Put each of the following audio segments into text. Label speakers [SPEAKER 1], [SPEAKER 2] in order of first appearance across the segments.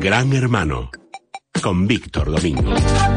[SPEAKER 1] Gran Hermano, con Víctor Domingo.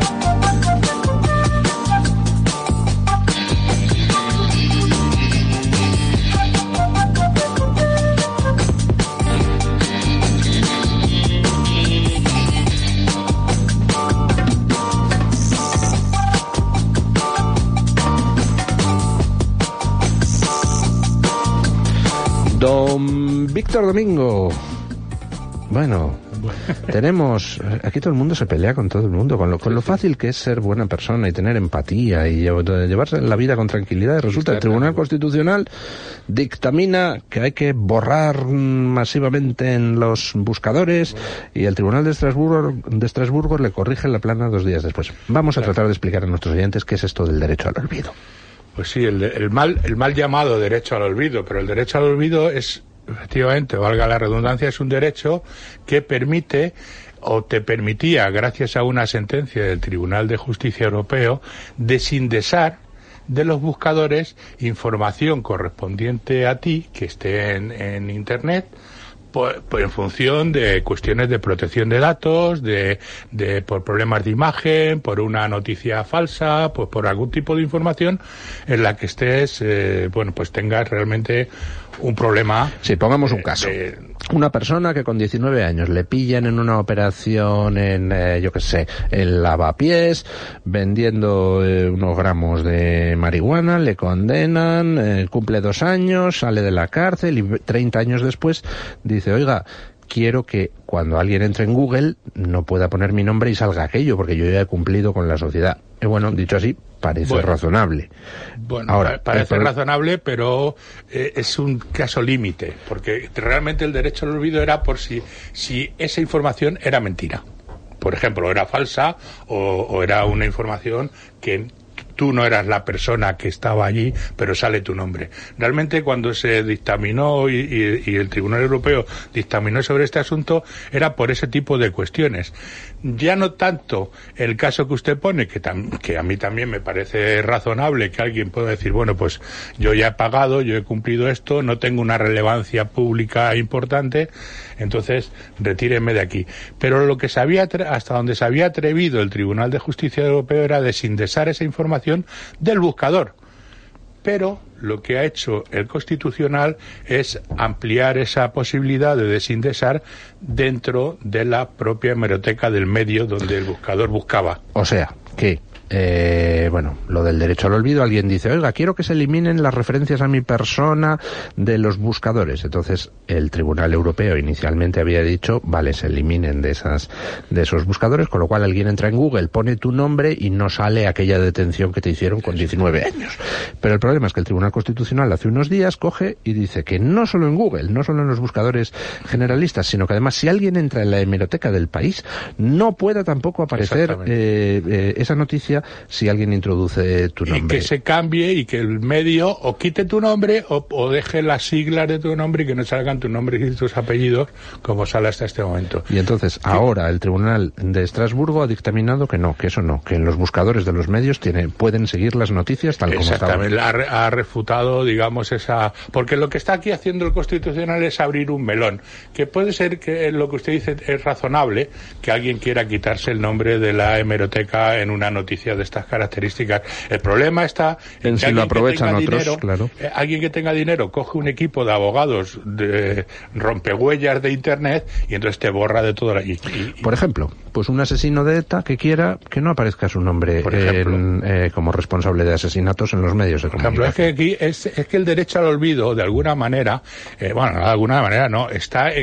[SPEAKER 2] Don Víctor Domingo. Bueno, tenemos... Aquí todo el mundo se pelea con todo el mundo, con lo fácil que es ser buena persona y tener empatía y llevarse la vida con tranquilidad. Resulta que el Tribunal Constitucional dictamina que hay que borrar masivamente en los buscadores y el Tribunal de Estrasburgo le corrige la plana 2 días después. Vamos a tratar de explicar a nuestros oyentes qué es esto del derecho al olvido.
[SPEAKER 3] Pues sí, el mal llamado derecho al olvido, pero el derecho al olvido es, efectivamente, valga la redundancia, es un derecho que permite o te permitía, gracias a una sentencia del Tribunal de Justicia Europeo, desindexar de los buscadores información correspondiente a ti, que esté en Internet, en función de cuestiones de protección de datos, por problemas de imagen, por una noticia falsa, pues por algún tipo de información en la que estés, pues tengas realmente un problema.
[SPEAKER 2] Sí, pongamos un caso. Una persona que con 19 años le pillan en una operación en Lavapiés, vendiendo unos gramos de marihuana, le condenan, cumple 2 años, sale de la cárcel y 30 años después dice, oiga, quiero que cuando alguien entre en Google no pueda poner mi nombre y salga aquello, porque yo ya he cumplido con la sociedad. Bueno, dicho así, parece razonable.
[SPEAKER 3] Bueno, ahora, parece razonable, pero es un caso límite, porque realmente el derecho al olvido era por si esa información era mentira. Por ejemplo, era falsa o era una información que tú no eras la persona que estaba allí, pero sale tu nombre. Realmente cuando se dictaminó y el Tribunal Europeo dictaminó sobre este asunto, era por ese tipo de cuestiones. Ya no tanto el caso que usted pone, que a mí también me parece razonable que alguien pueda decir, bueno, pues yo ya he pagado, yo he cumplido esto, no tengo una relevancia pública importante, entonces retíreme de aquí. Pero lo que hasta donde se había atrevido el Tribunal de Justicia Europeo era desindexar esa información del buscador. Pero lo que ha hecho el Constitucional es ampliar esa posibilidad de desindexar dentro de la propia hemeroteca del medio donde el buscador buscaba.
[SPEAKER 2] O sea, que lo del derecho al olvido, alguien dice, oiga, quiero que se eliminen las referencias a mi persona de los buscadores. Entonces, el Tribunal Europeo inicialmente había dicho, vale, se eliminen de esos buscadores, con lo cual alguien entra en Google, pone tu nombre y no sale aquella detención que te hicieron con 19 años. Pero el problema es que el Tribunal Constitucional hace unos días coge y dice que no solo en Google, no solo en los buscadores generalistas, sino que además si alguien entra en la hemeroteca del país, no pueda tampoco aparecer esa noticia si alguien introduce tu nombre.
[SPEAKER 3] Y que se cambie y que el medio o quite tu nombre o deje las siglas de tu nombre y que no salgan tu nombre y tus apellidos como sale hasta este momento.
[SPEAKER 2] Y entonces ahora el Tribunal de Estrasburgo ha dictaminado que no, que eso no, que en los buscadores de los medios pueden seguir las noticias tal como estaban.
[SPEAKER 3] Exactamente, ha refutado, digamos, porque lo que está aquí haciendo el Constitucional es abrir un melón, que puede ser que lo que usted dice es razonable, que alguien quiera quitarse el nombre de la hemeroteca en una noticia de estas características. El problema está
[SPEAKER 2] en si lo aprovechan otros, dinero, claro.
[SPEAKER 3] Alguien que tenga dinero coge un equipo de abogados de rompehuellas de Internet y entonces te borra de todo allí.
[SPEAKER 2] Por ejemplo, pues un asesino de ETA que quiera que no aparezca su nombre como responsable de asesinatos en los medios de comunicación.
[SPEAKER 3] Por ejemplo, es que el derecho al olvido, de alguna manera, está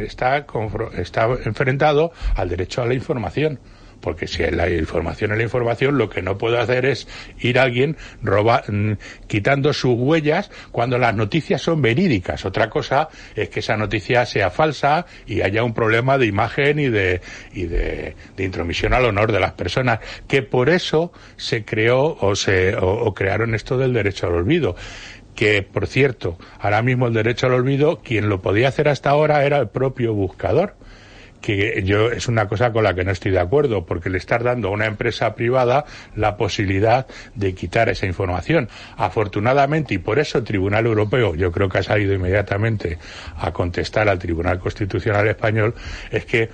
[SPEAKER 3] enfrentado al derecho a la información. Porque si la información es la información, lo que no puede hacer es ir a alguien quitando sus huellas cuando las noticias son verídicas. Otra cosa es que esa noticia sea falsa y haya un problema de imagen y de intromisión al honor de las personas, que por eso se creó o crearon esto del derecho al olvido. Que, por cierto, ahora mismo el derecho al olvido, quien lo podía hacer hasta ahora era el propio buscador. Que es una cosa con la que no estoy de acuerdo, porque le estás dando a una empresa privada la posibilidad de quitar esa información. Afortunadamente, y por eso el Tribunal Europeo, yo creo que ha salido inmediatamente a contestar al Tribunal Constitucional Español, es que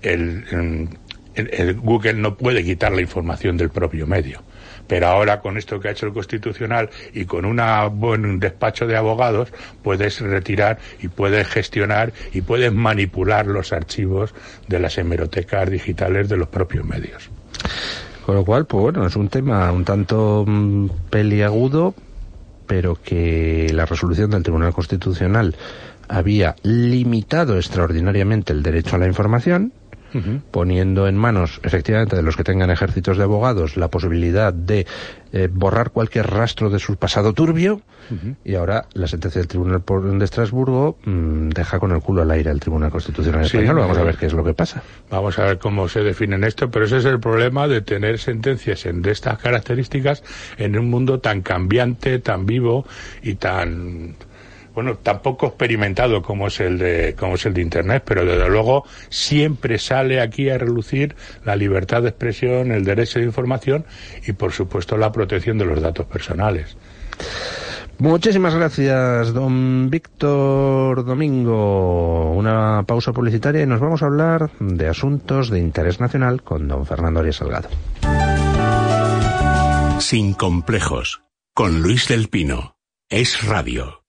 [SPEAKER 3] el Google no puede quitar la información del propio medio. Pero ahora, con esto que ha hecho el Constitucional y con un buen despacho de abogados, puedes retirar y puedes gestionar y puedes manipular los archivos de las hemerotecas digitales de los propios medios.
[SPEAKER 2] Con lo cual, pues bueno, es un tema un tanto peliagudo, pero que la resolución del Tribunal Constitucional había limitado extraordinariamente el derecho a la información, poniendo en manos, efectivamente, de los que tengan ejércitos de abogados la posibilidad de borrar cualquier rastro de su pasado turbio, y ahora la sentencia del Tribunal de Estrasburgo deja con el culo al aire al Tribunal Constitucional español. Vamos a ver qué es lo que pasa.
[SPEAKER 3] Vamos a ver cómo se definen esto, pero ese es el problema de tener sentencias de estas características en un mundo tan cambiante, tan vivo y tan... bueno, tampoco experimentado como es el de Internet, pero desde luego siempre sale aquí a relucir la libertad de expresión, el derecho de información y, por supuesto, la protección de los datos personales.
[SPEAKER 2] Muchísimas gracias, don Víctor Domingo. Una pausa publicitaria y nos vamos a hablar de asuntos de interés nacional con don Fernando Arias Salgado.
[SPEAKER 1] Sin complejos, con Luis del Pino. Es Radio.